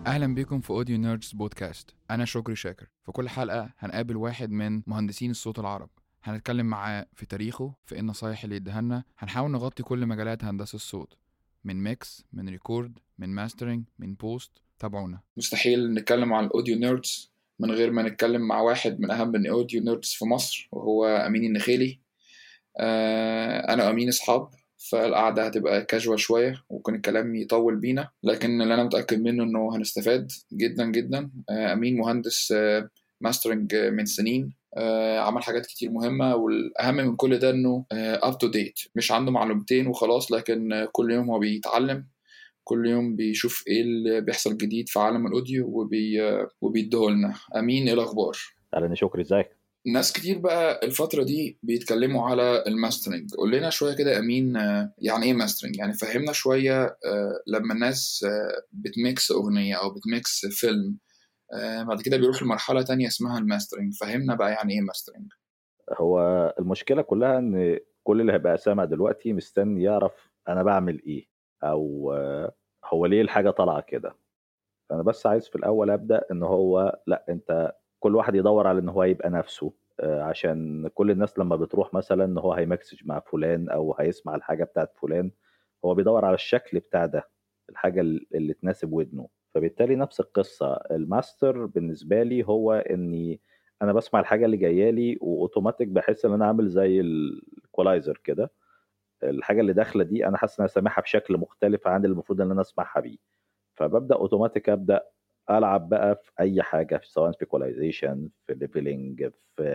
أهلا بكم في أوديو نيردز بودكاست. أنا شكري شاكر. في كل حلقة هنقابل واحد من مهندسين الصوت العرب، هنتكلم معاه في تاريخه، في إيه النصايح اللي يدهنا. هنحاول نغطي كل مجالات هندسة الصوت، من ميكس، من ريكورد، من ماسترينج، من بوست. تابعونا. مستحيل نتكلم عن الأوديو نيردز من غير ما نتكلم مع واحد من أهم الأوديو نيردز في مصر، وهو أمين النخيلي. أنا وأمين أصحاب، فالقعدة هتبقى كاجوال شوية وممكن الكلام يطول بينا، لكن اللي أنا متأكد منه إنه هنستفاد جدا جدا. أمين مهندس ماسترنج من سنين، عمل حاجات كتير مهمة، والأهم من كل ده إنه up to date، مش عنده معلومتين وخلاص، لكن كل يوم هو بيتعلم، كل يوم بيشوف ايه اللي بيحصل جديد في عالم الاوديو وبيديهولنا. امين، ايه الاخبار؟ اهلا شكري، ازيك؟ ناس كتير بقى الفترة دي بيتكلموا على الماسترنج. قول لنا شوية كده يا امين، يعني ايه ماسترنج؟ يعني فهمنا شوية. لما الناس بتميكس اغنية او بتميكس فيلم، بعد كده بيروح لمرحلة تانية اسمها الماسترنج. فهمنا بقى يعني ايه ماسترنج. هو المشكله كلها ان كل اللي هيبقى سامع دلوقتي مستني يعرف انا بعمل ايه، او هو ليه الحاجه طالعه كده. فانا بس عايز في الاول ابدا ان هو لا، انت كل واحد يدور على ان هو يبقى نفسه. عشان كل الناس لما بتروح مثلا ان هو هيمكسج مع فلان او هيسمع الحاجه بتاعت فلان، هو بيدور على الشكل بتاع ده، الحاجه اللي تناسب ودنه. فبالتالي نفس القصه، الماستر بالنسبه لي هو اني انا بسمع الحاجه اللي جايه لي واوتوماتيك بحس ان انا عامل زي الايكولايزر كده. الحاجه اللي داخله دي انا حاسس ان انا سامعها بشكل مختلف عن اللي المفروض ان انا اسمعها بيه. فببدا اوتوماتيك ابدا العب بقى في اي حاجه، سواء في ايكولايزيشن، في ليفلنج،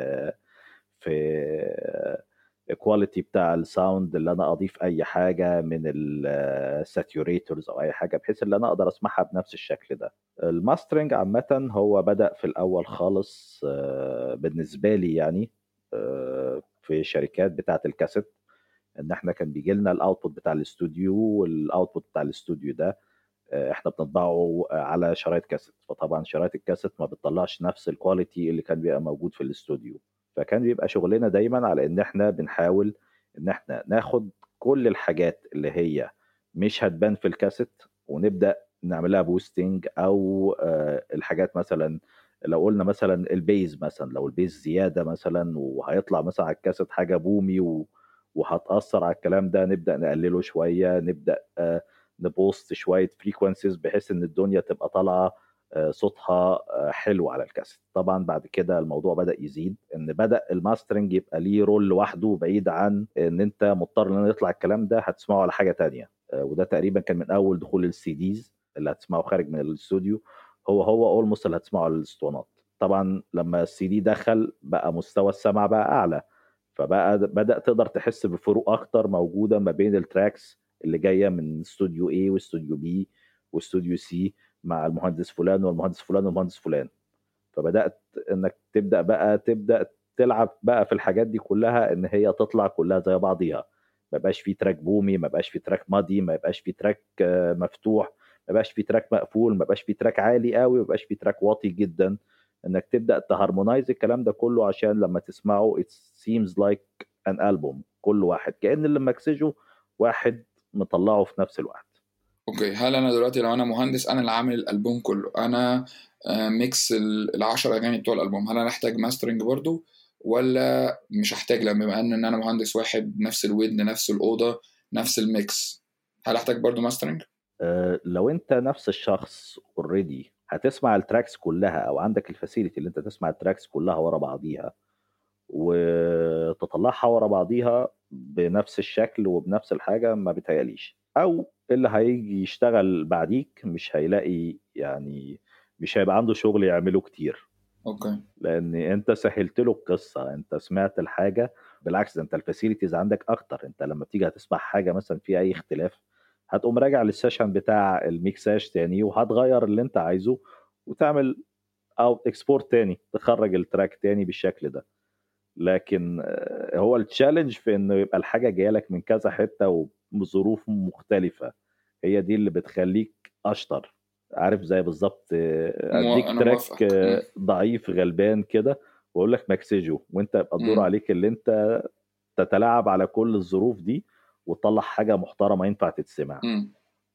في الكواليتي بتاع الساوند، اللي انا اضيف اي حاجه من الساتوريتورز او اي حاجه بحيث ان انا اقدر اسمعها بنفس الشكل ده. الماسترنج عامه هو بدا في الاول خالص بالنسبه لي يعني في شركات بتاعه الكاسيت. ان احنا كان بيجي لنا الاوتبوت بتاع الاستوديو، والاوتبوت بتاع الاستوديو ده احنا بنطبعه على شرايط كاسيت. فطبعا شرايط الكاسيت ما بتطلعش نفس الكواليتي اللي كان بيبقى موجود في الاستوديو. فكان بيبقى شغلنا دايما على ان احنا بنحاول ان احنا ناخد كل الحاجات اللي هي مش هتبان في الكاسيت ونبدأ نعملها بوستنج، او الحاجات مثلا لو قلنا مثلا البيز، مثلا لو البيز زيادة مثلا وهيطلع مثلا على الكاسيت حاجة بومي وهتأثر على الكلام ده، نبدأ نقلله شوية، نبدأ نبوست شويه فريكوانسيز بحيث ان الدنيا تبقى طالعه صوتها حلو على الكاسيت. طبعا بعد كده الموضوع بدأ يزيد، ان بدأ الماسترنج يبقى ليه رول لوحده بعيد عن ان انت مضطر ان يطلع الكلام ده هتسمعه على حاجه تانية. وده تقريبا كان من اول دخول السي ديز اللي هتسمعه خارج من الاستوديو، هو اولموست اللي هتسمعه على الاسطوانات. طبعا لما السي دي دخل بقى مستوى السمع بقى اعلى، فبقى بدأ تقدر تحس بفروق اكتر موجوده ما بين التراكس اللي جايه من استوديو A واستوديو B واستوديو C مع المهندس فلان والمهندس فلان والمهندس فلان. فبدات انك تبدا تلعب بقى في الحاجات دي كلها ان هي تطلع كلها زي بعضيها. ما بقاش في تراك بومي، ما بقاش في تراك مادي، ما بقاش في تراك مفتوح، ما بقاش في تراك مقفول، ما بقاش في تراك عالي قوي، ما بقاش في تراك واطي جدا. انك تبدا تهارمونايز الكلام ده كله عشان لما تسمعه it seems like an album، كل واحد كأن اللي مكسجه واحد مطلعه في نفس الوقت. اوكي، هل انا دلوقتي لو انا مهندس، انا اللي عامل الالبوم كله، انا ميكس العشر اغاني بتوع الالبوم، هل انا احتاج ماسترنج برضو ولا مش هحتاج؟ لما بما ان انا مهندس واحد، نفس الودن، نفس الاوضه، نفس الميكس، هل احتاج برضو ماسترنج؟ لو انت نفس الشخص اوريدي هتسمع التراكس كلها، او عندك الفاسيلتي اللي انت تسمع التراكس كلها ورا بعضيها وتطلعها ورا بعضيها بنفس الشكل وبنفس الحاجة، ما بتهيأليش. او اللي هيجي يشتغل بعديك مش هيلاقي يعني، مش هيبقى عنده شغل يعمله كتير. اوكي. لان انت سهلت له القصة، انت سمعت الحاجة. بالعكس، انت الفاسيلتيز عندك اكتر. انت لما بتيجي هتسمع حاجة مثلا في اي اختلاف، هتقوم راجع للسيشن بتاع الميكساج تاني وهتغير اللي انت عايزه وتعمل او اكسبورت تاني، تخرج التراك تاني بالشكل ده. لكن هو التشالنج في انه يبقى الحاجه جايه لك من كذا حته وبظروف مختلفه، هي دي اللي بتخليك اشطر. عارف زي بالظبط اديك انا تراك موافقك. ضعيف غلبان كده واقول لك مكسجه، وانت يبقى الدور مم. عليك اللي انت تتلاعب على كل الظروف دي وتطلع حاجه محترمه ينفع تتسمع. مم.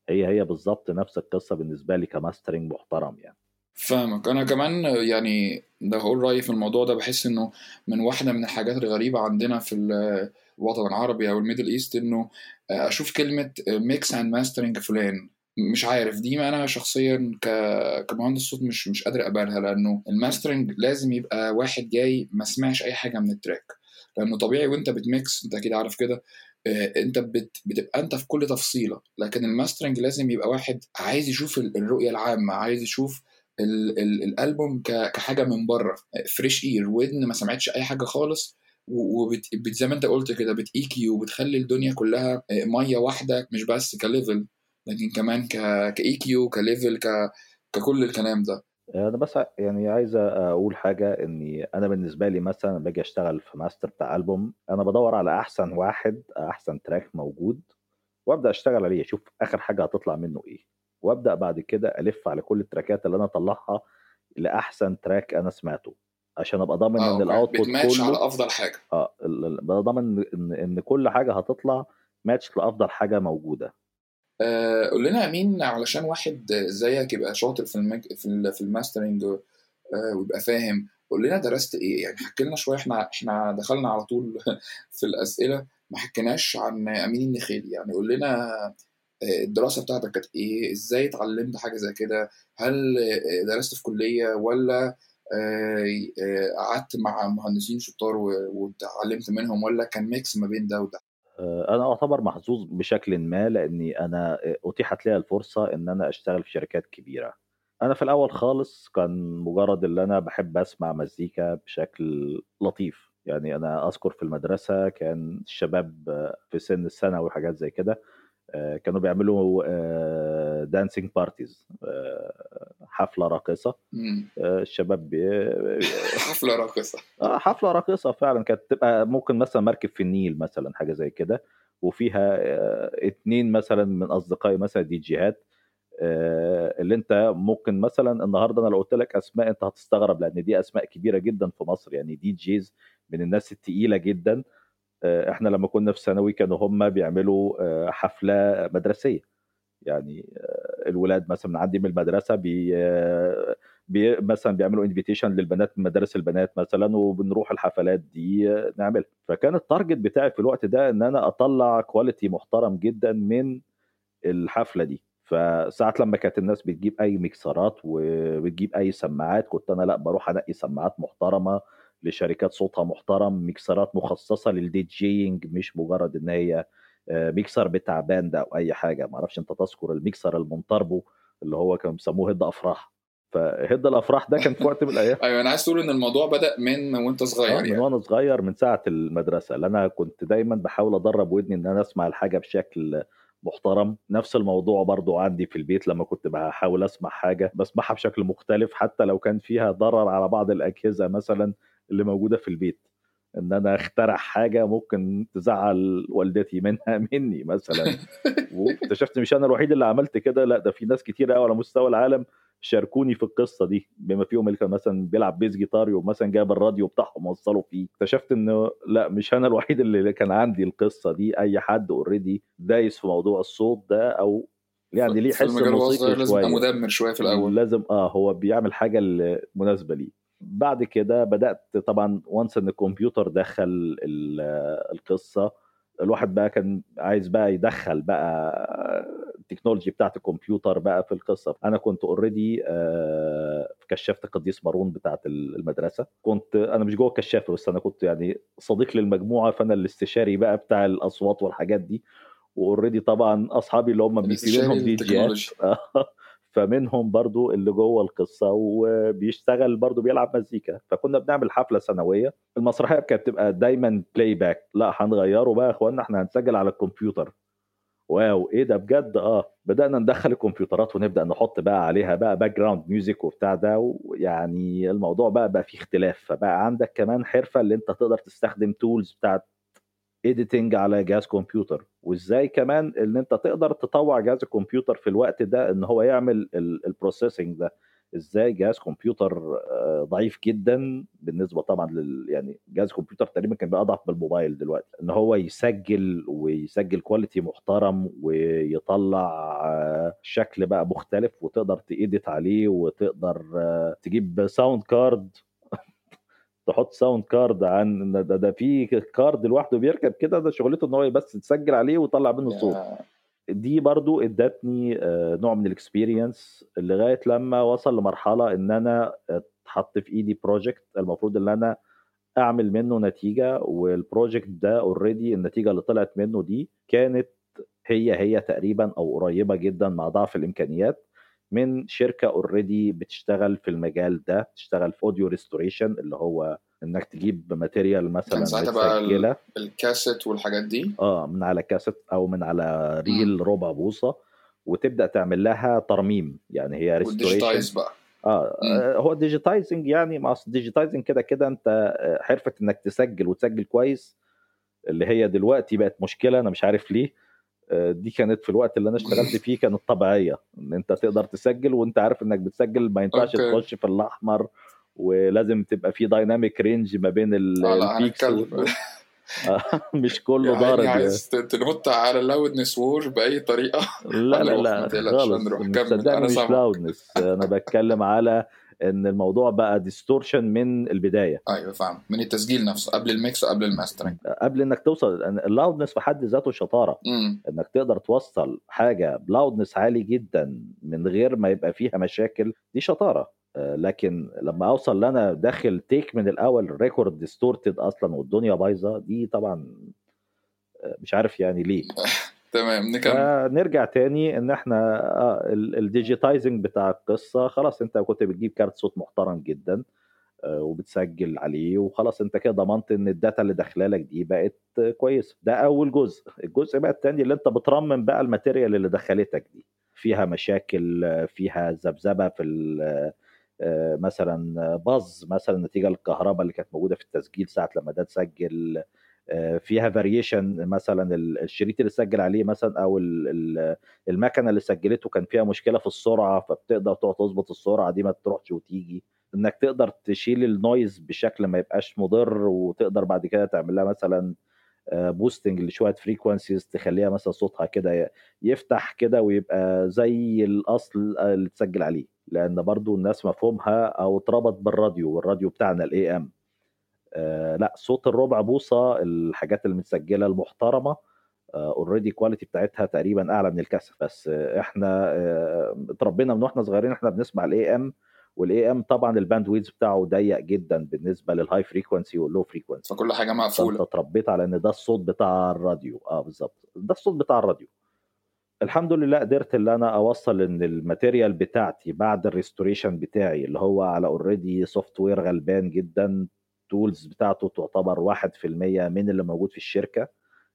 هي بالظبط نفس القصه بالنسبه لي كماسترنج محترم يعني. فاهمك. انا كمان يعني ده هقول رايي في الموضوع ده. بحس انه من واحده من الحاجات الغريبه عندنا في الوطن العربي او الميدل ايست انه اشوف كلمه ميكس اند ماسترنج فلان. مش عارف، دي ما انا شخصيا كمهندس صوت مش قادر اقبلها، لانه الماسترنج لازم يبقى واحد جاي ما سمعش اي حاجه من التراك. لانه طبيعي وانت بتميكس، انت اكيد عارف كده، انت بتبقى انت في كل تفصيله. لكن الماسترنج لازم يبقى واحد عايز يشوف الرؤيه العامه، عايز يشوف الالبوم كحاجه من بره، فريش اير، ودن ما سمعتش اي حاجه خالص، زي ما انت قلت كده بتيكي وبتخلي الدنيا كلها ميه واحده، مش بس كليفل لكن كمان كايكيو كليفل ككل الكلام ده. انا بس يعني عايز اقول حاجه، اني انا بالنسبه لي مثلا باجي اشتغل في ماستر بتاع البوم، انا بدور على احسن واحد، احسن تراك موجود، وابدا اشتغل عليه، اشوف اخر حاجه هتطلع منه ايه، وابدا بعد كده الف على كل التراكات اللي انا اطلعها لاحسن تراك انا سمعته، عشان ابقى ضامن اه ان اوكي، الاوتبوت بتماتش على كله افضل حاجه. ابقى ضامن ان كل حاجه هتطلع ماتش لافضل حاجه موجوده. قول لنا يا امين، علشان واحد زيك يبقى شاطر في الماسترنج ويبقى فاهم، قول لنا درست ايه يعني. حكي لنا شويه، احنا دخلنا على طول في الاسئله، ما حكيناش عن امين النخيلي. يعني قول لنا الدراسه بتاعتك كانت ايه، ازاي اتعلمت حاجه زي كده، هل درست في كليه ولا قعدت مع مهندسين شطار واتعلمت منهم، ولا كان ميكس ما بين ده وده؟ انا اعتبر محظوظ بشكل ما، لاني انا اتيحت لي الفرصه ان انا اشتغل في شركات كبيره. انا في الاول خالص كان مجرد اللي انا بحب اسمع مزيكا بشكل لطيف، يعني انا اذكر في المدرسه كان الشباب في سن الثانوي وحاجات زي كده كانوا بيعملوا دانسينج بارتيز، حفله راقصه. مم. الشباب حفله راقصه. حفلة راقصة فعلا، كانت تبقى ممكن مثلا مركب في النيل مثلا، حاجة زي كده، وفيها اتنين مثلا من أصدقائي مثلا دي جيهات، اللي انت ممكن مثلا النهارده انا لو قلت لك اسماء انت هتستغرب، لان دي اسماء كبيره جدا في مصر، يعني دي جيز من الناس التقيله جدا. احنا لما كنا في ثانوي كانوا هم بيعملوا حفله مدرسيه، يعني الولاد مثلا من عندي من المدرسه مثلا بيعملوا انفيتيشن للبنات من مدارس البنات مثلا، وبنروح الحفلات دي نعملها. فكان التارجت بتاعي في الوقت ده ان انا اطلع كواليتي محترم جدا من الحفله دي. فساعات لما كانت الناس بتجيب اي ميكسرات وبتجيب اي سماعات، كنت انا لا بروح انقي سماعات محترمه لشركات صوتها محترم، ميكسرات مخصصه للدي جينج، مش مجرد ان هي ميكسر بتاع باند او اي حاجه. ما اعرفش انت تذكر الميكسر المونتاربو اللي هو كانوا بيسموه هيد افراح؟ فهيد الافراح ده كان في وقت من الايام ايوه، انا عايز تقول ان الموضوع بدأ من وانت صغير من يعني. وانا صغير، من ساعه المدرسه، اللي انا كنت دايما بحاول ادرب ودني ان انا اسمع الحاجه بشكل محترم. نفس الموضوع برضو عندي في البيت، لما كنت بحاول اسمع حاجه بسمعها بشكل مختلف، حتى لو كان فيها ضرر على بعض الاجهزه مثلا اللي موجوده في البيت، ان انا اخترع حاجه ممكن تزعل والدتي مني مثلا. واكتشفت مش انا الوحيد اللي عملت كده، لا ده في ناس كتير قوي على مستوى العالم شاركوني في القصه دي، بما فيهم اللي كان مثلا بيلعب بيس جيتار ومثلا جاب الراديو بتاعهم وصله فيه. اكتشفت انه لا مش انا الوحيد اللي كان عندي القصه دي، اي حد اوريدي دايس في موضوع الصوت ده، او يعني ليه في حس المجال وهو موسيقي صغير لازم يبقى شويه، مدمر شويه في الاول. لازم هو بيعمل حاجه المناسبه ليه. بعد كده بدات طبعا وانس ان الكمبيوتر دخل القصه، الواحد بقى كان عايز بقى يدخل بقى التكنولوجي بتاعت الكمبيوتر بقى في القصه. انا كنت اوريدي في كشافه القديس مارون بتاعت المدرسه، كنت انا مش جوه الكشافه، بس انا كنت يعني صديق للمجموعه، فانا الاستشاري بقى بتاع الاصوات والحاجات دي. واوريدي طبعا اصحابي اللي هم في الاستشاري منهم دي جيات التكنولوجي. فمنهم برضو اللي جوه القصه وبيشتغل برضو بيلعب مزيكا. فكنا بنعمل حفله سنويه، المسرحيه كانت تبقى دايما بلاي باك، لا هنغيره بقى يا اخوانا، احنا هنسجل على الكمبيوتر. واو ايه ده بجد! بدأنا ندخل الكمبيوترات ونبدأ نحط بقى عليها بقى باك جراوند ميوزك وبتاع ده، ويعني الموضوع بقى فيه اختلاف، فبقى عندك كمان حرفة اللي انت تقدر تستخدم تولز بتاعت ايديتنج على جهاز كمبيوتر، وازاي كمان ان انت تقدر تطوع جهاز الكمبيوتر في الوقت ده ان هو يعمل البروسيسنج ده، ازاي جهاز كمبيوتر ضعيف جدا بالنسبه طبعا يعني جهاز كمبيوتر تقريبا كان بيضعف بالموبايل دلوقتي، ان هو يسجل كواليتي محترم ويطلع شكل بقى مختلف، وتقدر تإيديت عليه، وتقدر تجيب ساوند كارد تحط ساوند كارد عن ده في كارد لوحده بيركب كده، ده شغلته ان هو بس تسجل عليه ويطلع منه صوت. دي برضو ادتني نوع من الاكسبيرينس لغايه لما وصل لمرحله ان انا اتحط في ايدي بروجكت المفروض ان انا اعمل منه نتيجه، والبروجكت ده اوريدي النتيجه اللي طلعت منه دي كانت هي تقريبا او قريبه جدا مع ضعف الامكانيات من شركه اوريدي بتشتغل في المجال ده، بتشتغل في اوديو ريستوريشن، اللي هو انك تجيب ماتيريال كان مثلا ساعتها بقى متسجله الكاسيت والحاجات دي. من على كاسيت او من على ريل ربع بوصه، وتبدا تعمل لها ترميم، يعني هي ريستوريشن. والديجيتايز بقى. هو ديجيتايزنج، يعني مع ديجيتايزنج كده كده انت حرفه انك تسجل وتسجل كويس، اللي هي دلوقتي بقت مشكله انا مش عارف ليه. دي كانت في الوقت اللي انا اشتغلت فيه كانت طبيعيه، ان انت تقدر تسجل وانت عارف انك بتسجل، ما ينفعش اوكي. تخش في الاحمر، ولازم تبقى في دايناميك رينج ما بين لا البيكس هنتكلم. مش كله يا عيني ضارب يعني. عايز تنط على لاودنس وور بأي طريقة. لا لا هنروح، ما لا تقلقش خالص، هنروح، مش كمل صدقني، أنا مش سامعك. لاودنس، انا بتكلم على ان الموضوع بقى ديستورشن من البدايه، أيوة فاهم، من التسجيل نفسه قبل الميكس وقبل الماسترنج. قبل انك توصل. اللاودنس في حد ذاته شطاره، انك تقدر توصل حاجه بلاودنس عالي جدا من غير ما يبقى فيها مشاكل، دي شطاره. لكن لما اوصل انا داخل تيك من الاول ريكورد ديستورتد اصلا والدنيا بايظه، دي طبعا مش عارف يعني ليه. تمام نكمل. فنرجع تاني ان احنا الديجيتايزنج بتاع القصه، خلاص انت كنت بتجيب كارت صوت محترم جدا وبتسجل عليه، وخلاص انت كده ضمنت ان الداتا اللي داخله لك دي بقت كويسه. ده اول جزء. الجزء بقى التاني اللي انت بترمم بقى الماتيريال اللي دخلتك دي، فيها مشاكل، فيها ذبذبه في مثلا باظ مثلا نتيجه للكهرباء اللي كانت موجوده في التسجيل ساعه لما ده تسجل، فيها فاريشن، مثلا الشريط اللي سجل عليه مثلا او المكنه اللي سجلته كان فيها مشكله في السرعه، فبتقدر تقعد تظبط السرعه دي ما تروحش وتيجي، انك تقدر تشيل النويز بشكل ما يبقاش مضر، وتقدر بعد كده تعمل لها مثلا بوستنج لشويه فريكوانسيز تخليها مثلا صوتها كده يفتح كده ويبقى زي الاصل اللي تسجل عليه، لان برضو الناس مفهومها او اتربط بالراديو، والراديو بتاعنا الاي ام. لا، صوت الربع بوصه الحاجات المتسجله المحترمه اوريدي كواليتي بتاعتها تقريبا اعلى من الكاسيت، بس احنا اتربينا من واحنا صغيرين احنا بنسمع الاي ام، والاي ام طبعا الباند ويدز بتاعه ضيق جدا بالنسبه للهاي فريكوانسي واللو فريكوانسي، فكل حاجة فانت مقفولة. اتربيت على ان ده الصوت بتاع الراديو. بالظبط، ده الصوت بتاع الراديو. الحمد لله قدرت ان انا اوصل ان الماتيريال بتاعتي بعد الريستوريشن بتاعي اللي هو على اوريدي سوفت وير غلبان جدا، تولز بتاعته تعتبر 1% من اللي موجود في الشركه،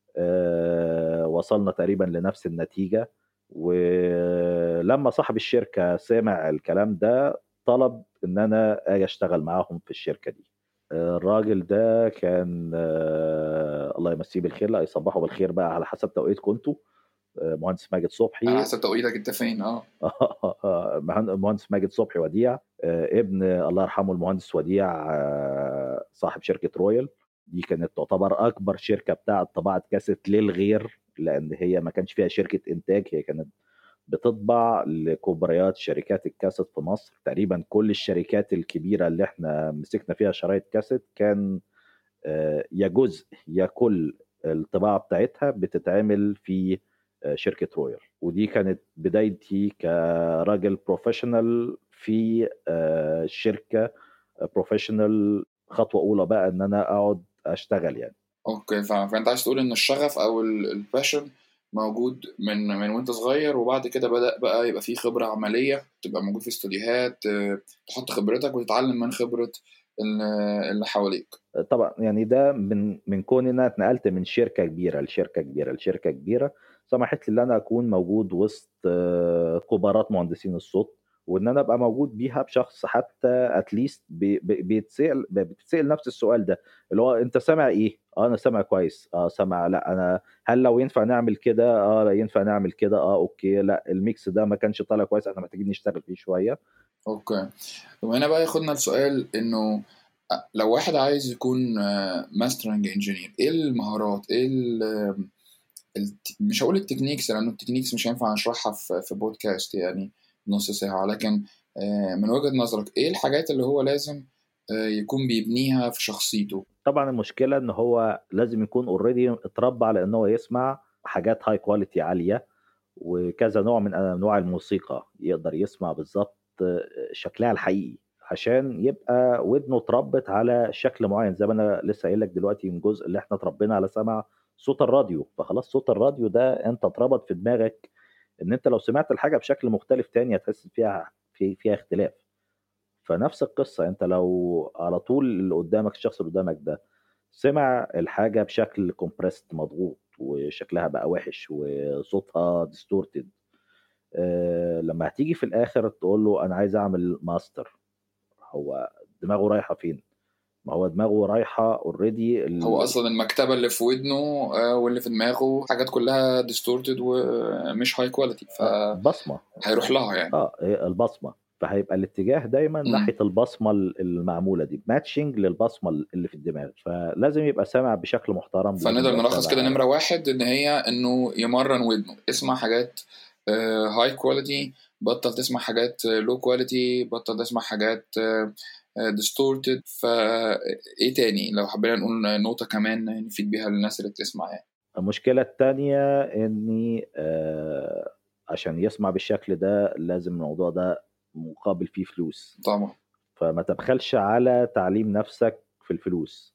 وصلنا تقريبا لنفس النتيجة. ولما صاحب الشركة سمع الكلام ده طلب ان انا اجي اشتغل معاهم في الشركة دي. الراجل ده كان الله يمسيه بالخير، لا يصبحه بالخير بقى على حسب توقيت كنتوا، مهندس ماجد على صبحي. حسب توقيتك انت فين. مهندس ماجد صبحي وديع، ابن الله يرحمه المهندس وديع، صاحب شركة رويال. دي كانت تعتبر أكبر شركة بتاعة طباعة كاسيت للغير، لأن هي ما كانش فيها شركة إنتاج، هي كانت بتطبع لكبريات شركات الكاسيت في مصر. تقريبا كل الشركات الكبيرة اللي احنا مسكنا فيها شرايط كاسيت كان يا جزء يا كل الطباعة بتاعتها بتتعمل في شركة رويال. ودي كانت بدايتي كراجل بروفيشنال في شركة بروفيشنال، خطوة أولى بقى إن أنا أقعد أشتغل يعني. اوكي فاهم. فانت عايز تقول ان الشغف او الباشن موجود من وانت صغير، وبعد كده بدأ بقى يبقى فيه خبرة عملية، تبقى موجود في استوديوهات، تحط خبرتك وتتعلم من خبرة اللي حواليك. طبعا يعني ده من كون ان انا اتنقلت من شركه كبيره لشركه كبيره، سمحت لي ان انا اكون موجود وسط كبارات مهندسين الصوت وان انا ابقى موجود بيها بشخص حتى اتليست بتسأل نفس السؤال ده، اللي هو انت سامع ايه؟ انا سامع كويس، سامع، لا انا هل لو ينفع نعمل كده؟ لا ينفع نعمل كده، اوكي، لا الميكس ده ما كانش طالع كويس، احنا محتاجين نشتغل فيه شويه. اوكي. وهنا بقى ياخدنا السؤال انه لو واحد عايز يكون ماسترنج انجينير، ايه المهارات، ايه مش هقول التكنيكس لانه التكنيكس مش هينفع نشرحها في بودكاست يعني نص ساعة، لكن من وجهة نظرك ايه الحاجات اللي هو لازم يكون بيبنيها في شخصيته؟ طبعا المشكله ان هو لازم يكون اوريدي اتربى على ان هو يسمع حاجات هاي كواليتي عاليه، وكذا نوع من انواع الموسيقى يقدر يسمع بالظبط شكلها الحقيقي، عشان يبقى ودنه اتربت على شكل معين. زي ما انا لسه قايل لك دلوقتي، من جزء اللي احنا اتربينا على سمع صوت الراديو، فخلاص صوت الراديو ده انت اتربط في دماغك ان انت لو سمعت الحاجه بشكل مختلف تاني هتحس فيها اختلاف. فنفس القصه، انت لو على طول اللي قدامك، الشخص اللي قدامك ده سمع الحاجه بشكل كومبريست مضغوط وشكلها بقى وحش وصوتها ديستورتد، لما هتيجي في الاخر تقول له انا عايز اعمل ماستر، هو دماغه رايحه فين؟ ما هو دماغه رايحه اوريدي هو اصلا المكتبة اللي في ودنه واللي في دماغه حاجات كلها ديستورتد ومش هاي كواليتي، بصمه. فهيروح لها يعني. هي البصمه، فهيبقى الاتجاه دايما ناحيه البصمه المعموله دي، ماتشنج للبصمه اللي في الدماغ، فلازم يبقى سامع بشكل محترم، لازم فنقدر يبقى نلخص كده سامع. نمرة واحد ان هي انه يمرن ودنه، اسمع حاجات هاي كواليتي، بطل تسمع حاجات لو كواليتي، بطل تسمع حاجات ديستورتد. فايه تاني لو حبينا نقول نقطة كمان نفيد بيها للناس اللي بتسمع يعني؟ المشكله التانية اني عشان يسمع بالشكل ده لازم الموضوع ده مقابل فيه فلوس، طبعا. فما تبخلش على تعليم نفسك في الفلوس،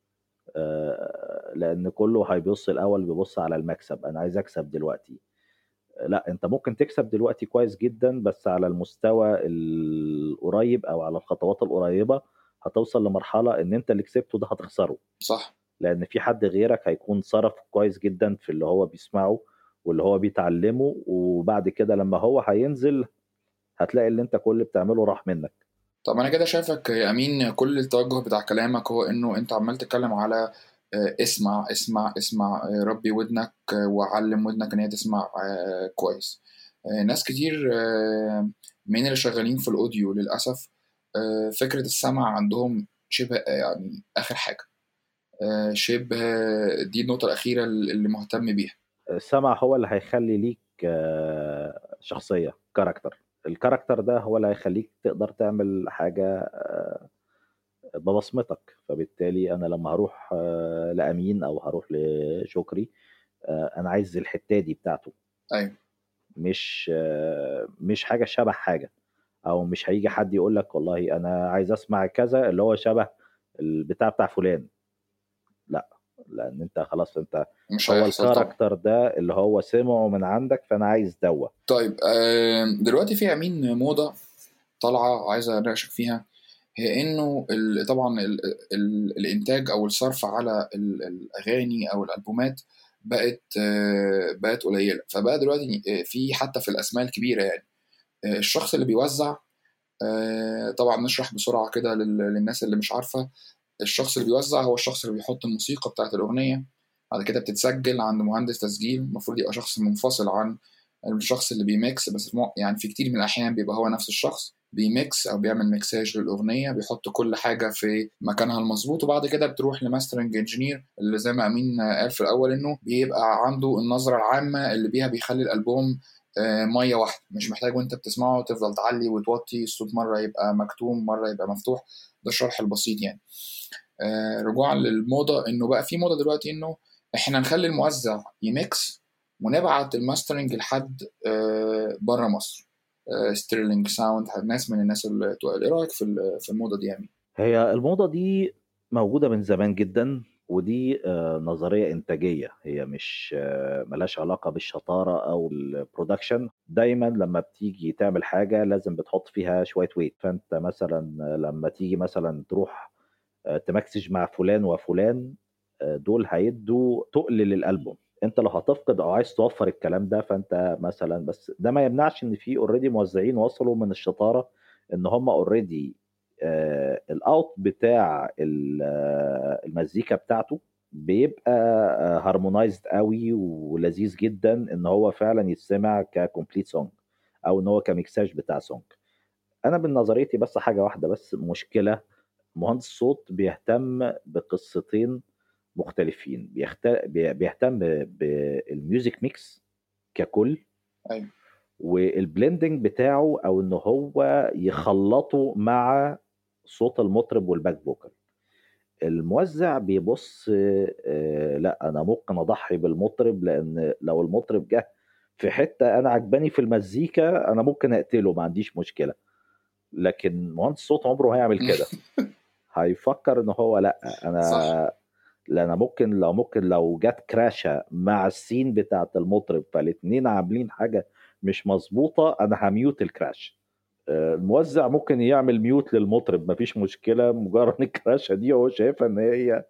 لان كله هيبص الاول، بيبص على المكسب، انا عايز اكسب دلوقتي. لا، انت ممكن تكسب دلوقتي كويس جدا، بس على المستوى القريب او على الخطوات القريبة هتوصل لمرحلة ان انت اللي كسبته ده هتخسره، صح. لان في حد غيرك هيكون صرف كويس جدا في اللي هو بيسمعه واللي هو بيتعلمه، وبعد كده لما هو هينزل هتلاقي اللي انت كل اللي بتعمله راح منك. طب انا كده شايفك يا امين كل التوجه بتاع كلامك هو انه انت عمال تتكلم على اسمع اسمع اسمع، ربي ودنك وعلم ودنك ان هي تسمع كويس. ناس كتير من اللي شغالين في الاوديو للاسف فكرة السمع عندهم شبه يعني اخر حاجة، شبه دي النقطة الأخيرة اللي مهتم بيها. السمع هو اللي هيخلي ليك شخصية، كاركتر. الكاركتر ده هو اللي هيخليك تقدر تعمل حاجة ببصمتك. فبالتالي أنا لما هروح لأمين أو هروح لشكري، أنا عايز الحتة دي بتاعته، أيوة. مش حاجة شبه حاجة، أو مش هيجي حد يقول لك والله أنا عايز أسمع كذا اللي هو شبه البتاع بتاع فلان. لا، لأن أنت خلاص أنت مش هو هيحصل طبعا. الكاركتر ده اللي هو سمعه من عندك، فأنا عايز دوت. طيب دلوقتي في أمين موضة طالعة عايزة أناقشك فيها، هي إنه طبعا الإنتاج أو الصرف على الأغاني أو الألبومات بقت قليلة، فبقى دلوقتي في حتى في الأسماء الكبيرة يعني الشخص اللي بيوزع، طبعا نشرح بسرعة كده للناس اللي مش عارفة. الشخص اللي بيوزع هو الشخص اللي بيحط الموسيقى بتاعت الأغنية، بعد كده بتتسجل عند مهندس تسجيل، المفروض يبقى شخص منفصل عن الشخص اللي بيميكس، بس يعني في كتير من الأحيان بيبقى هو نفس الشخص بيميكس أو بيعمل ميكساج للأغنية، بيحط كل حاجة في مكانها المظبوط، وبعد كده بتروح لماسترنج انجينير اللي زي ما أمين قال في الأول إنه بيبقى عنده النظرة العامة اللي بيها بيخلي الألبوم مية واحدة، مش محتاج وانت بتسمعه تفضل تعلي وتوطي الصوت، مرة يبقى مكتوم مرة يبقى مفتوح. ده الشرح البسيط يعني. رجوعا للموضة انه بقى في موضة دلوقتي انه احنا نخلي الموزع يميكس ونبعت الماسترنج لحد بره مصر، ستيرلينج ساوند، ناس من الناس اللي ايه رايك في الموضة دي يعني؟ هي الموضة دي موجودة من زمان جدا، ودي نظرية إنتاجية، هي مش ملاش علاقة بالشطارة أو البرودكشن. دايما لما بتيجي تعمل حاجة لازم بتحط فيها شوية ويت. فأنت مثلا لما تيجي مثلا تروح تمكسج مع فلان وفلان، دول هيدوا تقل للألبوم. انت لو هتفقد او عايز توفر الكلام ده، فانت مثلا، بس ده ما يمنعش ان في اوريدي موزعين وصلوا من الشطاره ان هم اوريدي الاوت بتاع المزيكا بتاعته بيبقى هارمونايزد قوي ولذيذ جدا، ان هو فعلا يتسمع ككومبليت سونج او ان هو كميكساج بتاع سونج. انا بالنظريتي بس حاجه واحده بس مشكله، مهندس الصوت بيهتم بقصتين مختلفين. بيهتم بالميوزك ميكس ككل، ايوه والبلندنج بتاعه او ان هو يخلطه مع صوت المطرب والباك فوكال. الموزع بيبص لا انا ممكن اضحي بالمطرب، لان لو المطرب جه في حته انا عجباني في المزيكا انا ممكن اقتله، ما عنديش مشكله. لكن مهندس الصوت عمره هيعمل كده. هيفكر ان هو لا صح. انا، لا انا ممكن لو جت كراشة مع السين بتاعت المطرب فالاتنين عاملين حاجة مش مظبوطة، انا هميوت الكراش. الموزع ممكن يعمل ميوت للمطرب مفيش مشكلة، مجرد الكراشة دي هو شايفها ان هي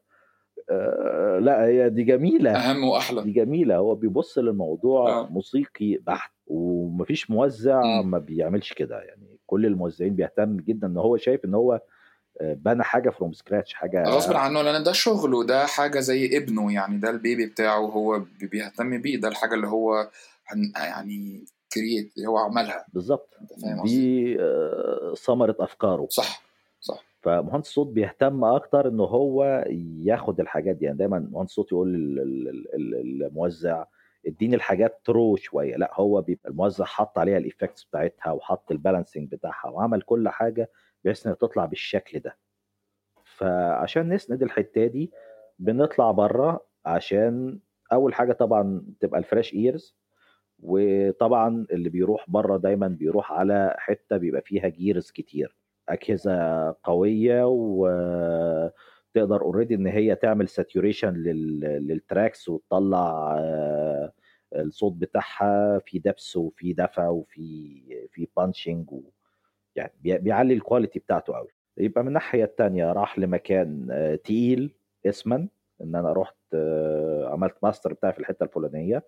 لا هي دي جميلة. اهم واحلى. دي جميلة، هو بيبص للموضوع اه. موسيقي بحت، ومفيش موزع امم. ما بيعملش كده. يعني كل الموزعين بيهتم جدا ان هو شايف ان هو بنى حاجة فروم سكراتش، غصب حاجة. عنه، لان ده شغله، ده حاجه زي ابنه يعني، ده البيبي بتاعه، هو بيهتم بيه، ده الحاجه اللي هو يعني كرييت اللي هو عملها. بالظبط، انت فاهم قصدي؟ دي ثمرة أفكاره. صح. صح. فمهندس الصوت بيهتم أكتر إن هو ياخد الحاجات دي. يعني دايما مهندس الصوت يقول الموزع اديني الحاجات ترو شوية، لا هو بيبقى الموزع حط عليها الإيفكتس بتاعتها وحط البالانسنج بتاعها وعمل كل حاجة بحيث إنها تطلع بالشكل ده. فعشان نسند الحتة دي بنطلع بره، عشان أول حاجة طبعا تبقى الفريش إيرز. وطبعا اللي بيروح بره دايما بيروح على حته بيبقى فيها جيرز كتير، اجهزه قويه، وتقدر اوريدي ان هي تعمل ساتوريشن للتراكس وتطلع الصوت بتاعها في دبس وفي دفى وفي بانشنج، يعني بيعلي الكواليتي بتاعته قوي. يبقى من الناحيه التانيه راح لمكان تقيل اسما، ان انا رحت عملت ماستر بتاعي في الحته الفلانيه.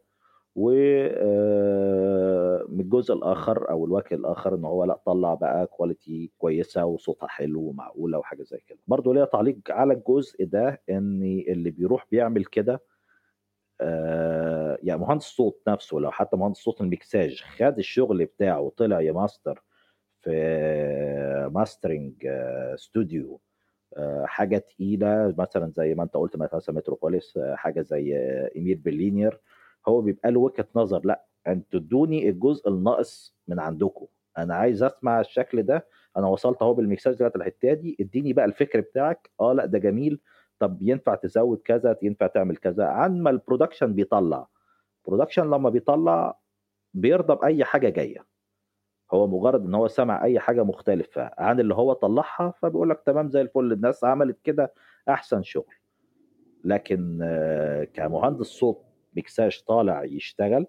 ومن الجزء الاخر او الوجه الاخر ان هو لا طلع بقى كواليتي كويسه وصوتها حلو ومعقوله وحاجه زي كده. برضه ليا تعليق على الجزء ده، ان اللي بيروح بيعمل كده يعني مهندس صوت نفسه، لو حتى مهندس صوت الميكساج خد الشغل بتاعه وطلع يماستر في ماسترنج استوديو حاجه تقيله مثلا زي ما انت قلت مثلا متروبوليس، حاجه زي ايميل بلينير، هو بيبقى له وجهه نظر. لا انتوا ادوني الجزء الناقص من عندكم، انا عايز اسمع الشكل ده، انا وصلت اهو بالميكساج بتاعت الحته دي، اديني بقى الفكر بتاعك. اه لا ده جميل، طب ينفع تزود كذا، ينفع تعمل كذا. عن ما البرودكشن بيطلع، البرودكشن لما بيطلع بيرضى باي حاجه جايه، هو مجرد ان هو سمع اي حاجه مختلفه عن اللي هو طلعها فبيقول لك تمام زي الفل، الناس عملت كده احسن شغل. لكن كمهندس صوت ميكساج طالع يشتغل،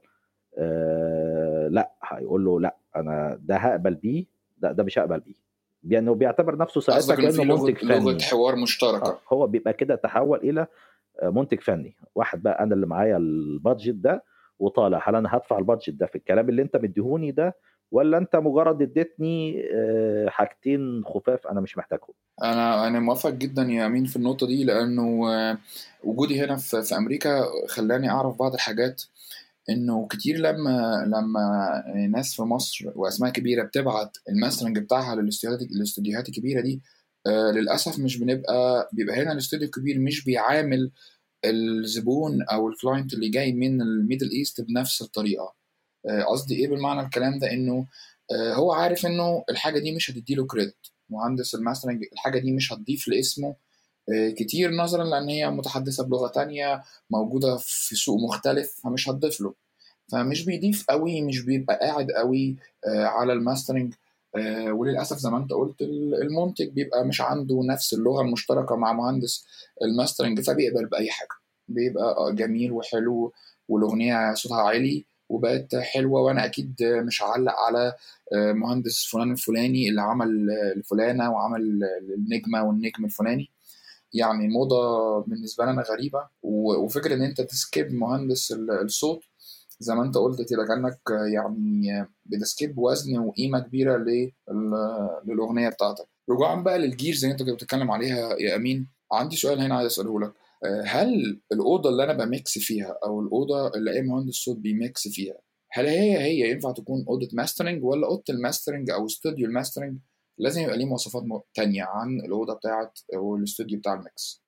لا هيقول له لا انا ده هقبل بيه، ده مش هقبل بيه، لانه بيعتبر نفسه ساعتها قصدك ان كانه في منتج لغه فني. حوار مشتركه. هو بيبقى كده تحول الى منتج فني واحد. بقى انا اللي معايا البادجت ده وطالع، هل انا هدفع البادجت ده في الكلام اللي انت مديهوني ده، ولا انت مجرد اديتني حاجتين خفاف انا مش محتاجهم؟ انا موافق جدا يا امين في النقطه دي، لانه وجودي هنا في امريكا خلاني اعرف بعض الحاجات. انه كتير لما ناس في مصر واسماء كبيره بتبعت الماسترنج بتاعها للاستوديوهات الكبيره دي، للاسف مش بيبقى هنا الاستوديو الكبير مش بيعامل الزبون او الكلاينت اللي جاي من الميدل ايست بنفس الطريقه. قصدي ايه بالمعنى الكلام ده؟ انه هو عارف انه الحاجه دي مش هتديله كريدت، مهندس الماسترنج الحاجه دي مش هتضيف لاسمه كتير، نظرا لان هي متحدثه بلغه تانية موجوده في سوق مختلف، فمش هتضيف له. فمش بيضيف قوي، مش بيبقى قاعد قوي على الماسترنج. وللاسف زي ما انت قلت المنتج بيبقى مش عنده نفس اللغه المشتركه مع مهندس الماسترنج، فبيقبل باي حاجه، بيبقى جميل وحلو والاغنيه صوتها عالي وبقت حلوه، وانا اكيد مش هعلق على مهندس فلان الفلاني اللي عمل الفلانه وعمل النجمه والنجم الفلاني. يعني موضة بالنسبة لنا غريبة، وفكرة إن أنت تسكيب مهندس الصوت زي ما أنت قلت كده، كأنك يعني بتسكيب وزن وقيمة كبيرة للأغنية بتاعتك. رجوعا بقى للجيرز اللي أنت كنت بتتكلم عليها يا أمين، عندي سؤال هنا عايز أسأله لك. هل الأوضة اللي أنا بميكس فيها أو الأوضة اللي أي مهندس صوت بيميكس فيها، هل هي ينفع تكون أوضة ماسترنج، ولا أوضة الماسترنج أو استوديو الماسترنج لازم يبقى ليه مواصفات تانية عن الأوضة بتاعت أو الاستوديو بتاع الميكس؟